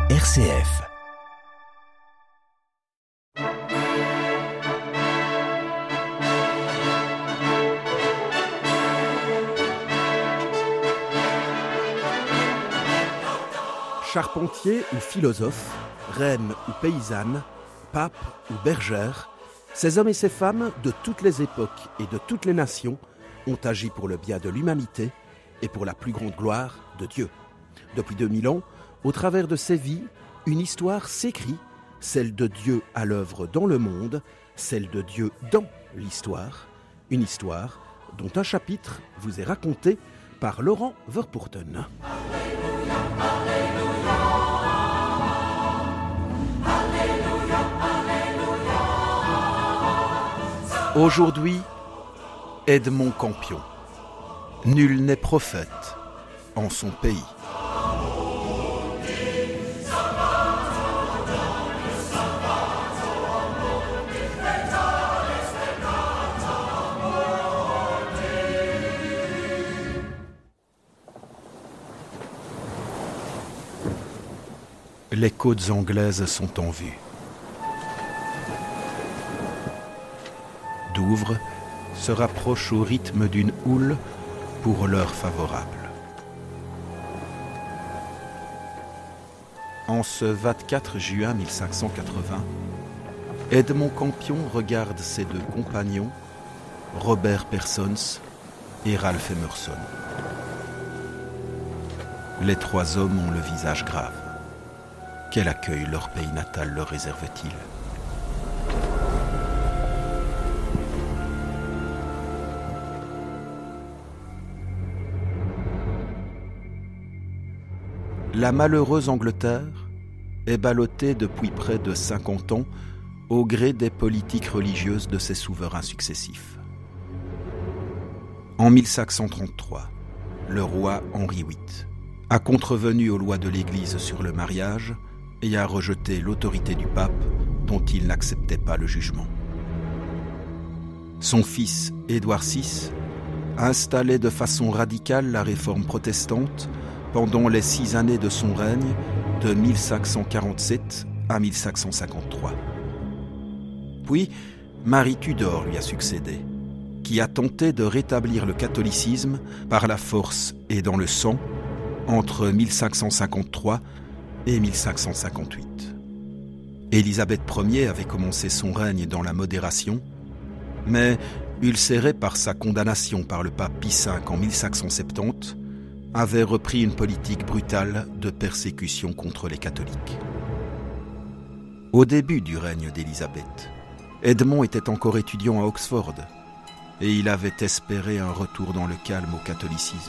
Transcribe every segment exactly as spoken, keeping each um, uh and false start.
R C F. Charpentier ou philosophe, reine ou paysanne, pape ou bergère, ces hommes et ces femmes de toutes les époques et de toutes les nations ont agi pour le bien de l'humanité et pour la plus grande gloire de Dieu. Depuis deux mille ans, au travers de ces vies, une histoire s'écrit, celle de Dieu à l'œuvre dans le monde, celle de Dieu dans l'histoire, une histoire dont un chapitre vous est raconté par Laurent Verpoorten. Aujourd'hui, Edmond Campion. Nul n'est prophète en son pays. Les côtes anglaises sont en vue. Douvres se rapproche au rythme d'une houle pour l'heure favorable. En ce vingt-quatre juin mille cinq cent quatre-vingts, Edmond Campion regarde ses deux compagnons, Robert Persons et Ralph Emerson. Les trois hommes ont le visage grave. Quel accueil leur pays natal leur réserve-t-il ? La malheureuse Angleterre est ballottée depuis près de cinquante ans au gré des politiques religieuses de ses souverains successifs. En mille cinq cent trente-trois, le roi Henri huit a contrevenu aux lois de l'Église sur le mariage et a rejeté l'autorité du pape dont il n'acceptait pas le jugement. Son fils Édouard six a installé de façon radicale la réforme protestante pendant les six années de son règne, de mille cinq cent quarante-sept à mille cinq cent cinquante-trois. Puis, Marie Tudor lui a succédé, qui a tenté de rétablir le catholicisme par la force et dans le sang entre mille cinq cent cinquante-trois et mille cinq cent cinquante-huit. Élisabeth Ier avait commencé son règne dans la modération, mais, ulcérée par sa condamnation par le pape Pie cinq en mille cinq cent soixante-dix, avait repris une politique brutale de persécution contre les catholiques. Au début du règne d'Élisabeth, Edmond était encore étudiant à Oxford et il avait espéré un retour dans le calme au catholicisme.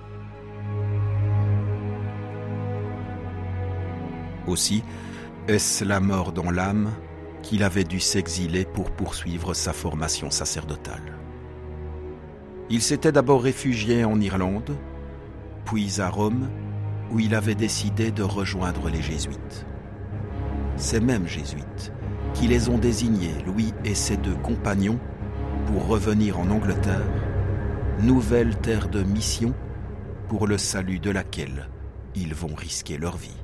Aussi, est-ce la mort dans l'âme qu'il avait dû s'exiler pour poursuivre sa formation sacerdotale. Il s'était d'abord réfugié en Irlande, puis à Rome, où il avait décidé de rejoindre les jésuites. Ces mêmes jésuites qui les ont désignés, lui et ses deux compagnons, pour revenir en Angleterre, nouvelle terre de mission pour le salut de laquelle ils vont risquer leur vie.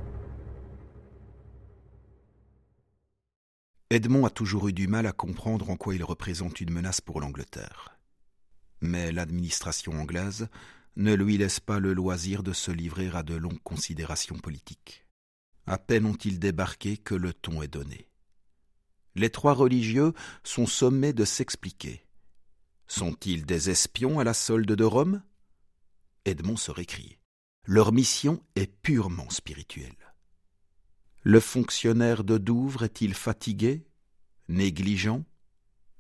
Edmond a toujours eu du mal à comprendre en quoi il représente une menace pour l'Angleterre. Mais l'administration anglaise ne lui laisse pas le loisir de se livrer à de longues considérations politiques. À peine ont-ils débarqué que le ton est donné. Les trois religieux sont sommés de s'expliquer. Sont-ils des espions à la solde de Rome ? Edmond se récrie. Leur mission est purement spirituelle. Le fonctionnaire de Douvres est-il fatigué, négligent, complice ?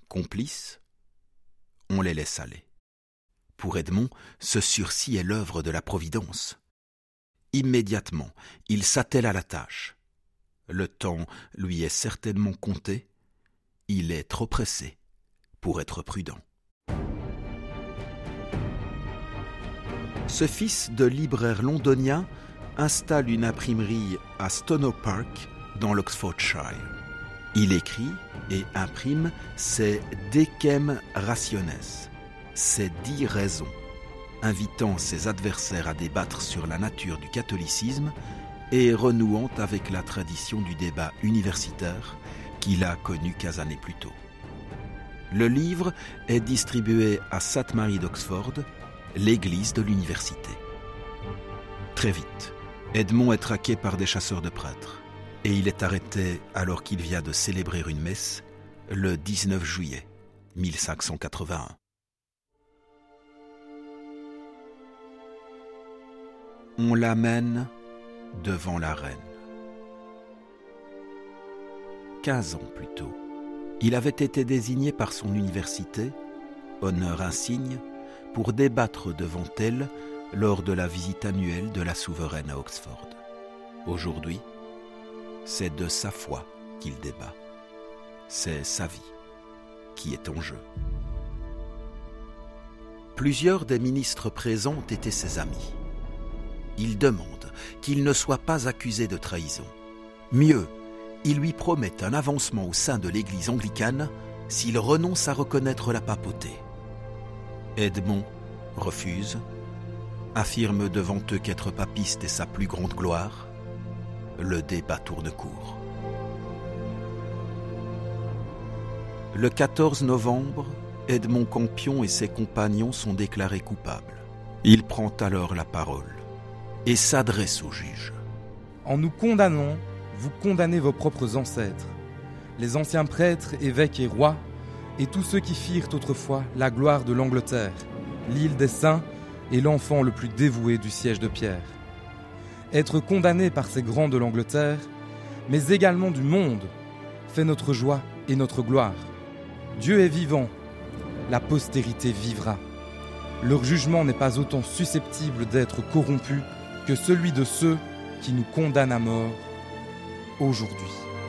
On les laisse aller. Pour Edmond, ce sursis est l'œuvre de la Providence. Immédiatement, il s'attelle à la tâche. Le temps lui est certainement compté. Il est trop pressé pour être prudent. Ce fils de libraire londonien installe une imprimerie à Stono Park, dans l'Oxfordshire. Il écrit et imprime ses Decem Rationes, ses dix raisons, invitant ses adversaires à débattre sur la nature du catholicisme et renouant avec la tradition du débat universitaire qu'il a connu quelques années plus tôt. Le livre est distribué à Sainte Marie d'Oxford, l'église de l'université. Très vite, Edmond est traqué par des chasseurs de prêtres et il est arrêté alors qu'il vient de célébrer une messe le dix-neuf juillet mille cinq cent quatre-vingt-un. On l'amène devant la reine. Quinze ans plus tôt, il avait été désigné par son université, honneur insigne, pour débattre devant elle lors de la visite annuelle de la souveraine à Oxford. Aujourd'hui, c'est de sa foi qu'il débat. C'est sa vie qui est en jeu. Plusieurs des ministres présents ont été ses amis. Ils demandent qu'il ne soit pas accusé de trahison. Mieux, ils lui promettent un avancement au sein de l'Église anglicane s'il renonce à reconnaître la papauté. Edmond refuse, affirme devant eux qu'être papiste est sa plus grande gloire. Le débat tourne court. Le quatorze novembre, Edmond Campion et ses compagnons sont déclarés coupables. Il prend alors la parole et s'adresse au juge. En nous condamnant, vous condamnez vos propres ancêtres, les anciens prêtres, évêques et rois, et tous ceux qui firent autrefois la gloire de l'Angleterre, l'île des saints et l'enfant le plus dévoué du siège de Pierre. Être condamné par ces grands de l'Angleterre, mais également du monde, fait notre joie et notre gloire. Dieu est vivant, la postérité vivra. Leur jugement n'est pas autant susceptible d'être corrompu que celui de ceux qui nous condamnent à mort aujourd'hui.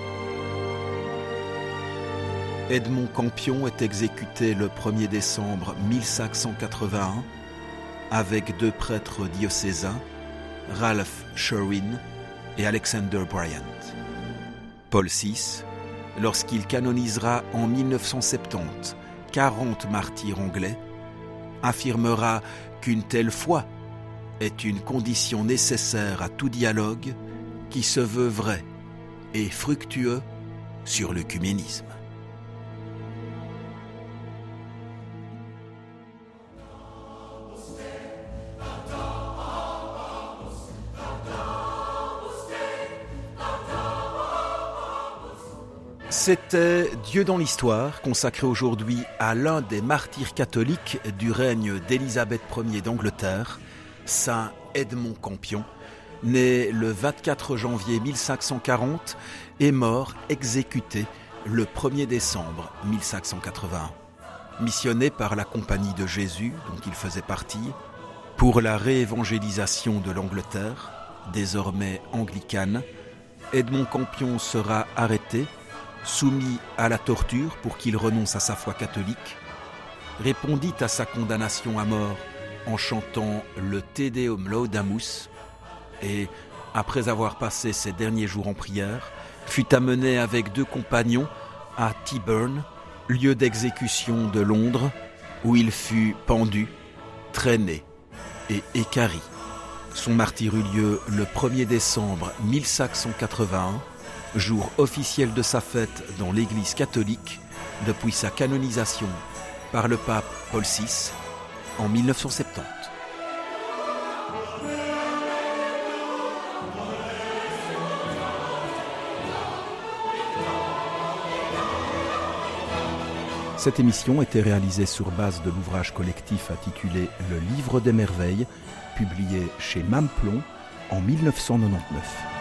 Edmond Campion est exécuté le premier décembre mille cinq cent quatre-vingt-un avec deux prêtres diocésains, Ralph Sherwin et Alexander Bryant. Paul six, lorsqu'il canonisera en mille neuf cent soixante-dix quarante martyrs anglais, affirmera qu'une telle foi est une condition nécessaire à tout dialogue qui se veut vrai et fructueux sur l'œcuménisme. C'était Dieu dans l'histoire, consacré aujourd'hui à l'un des martyrs catholiques du règne d'Élisabeth Ier d'Angleterre, Saint Edmond Campion, né le vingt-quatre janvier mille cinq cent quarante et mort exécuté le premier décembre mille cinq cent quatre-vingt-un. Missionné par la Compagnie de Jésus, dont il faisait partie, pour la réévangélisation de l'Angleterre, désormais anglicane, Edmond Campion sera arrêté, soumis à la torture pour qu'il renonce à sa foi catholique, répondit à sa condamnation à mort en chantant le Te Deum Laudamus et, après avoir passé ses derniers jours en prière, fut amené avec deux compagnons à Tyburn, lieu d'exécution de Londres, où il fut pendu, traîné et équarri. Son martyre eut lieu le premier décembre mille cinq cent quatre-vingt-un, jour officiel de sa fête dans l'Église catholique depuis sa canonisation par le pape Paul six en mille neuf cent soixante-dix. Cette émission était réalisée sur base de l'ouvrage collectif intitulé « Le Livre des Merveilles », publié chez Mamplon en mille neuf cent quatre-vingt-dix-neuf.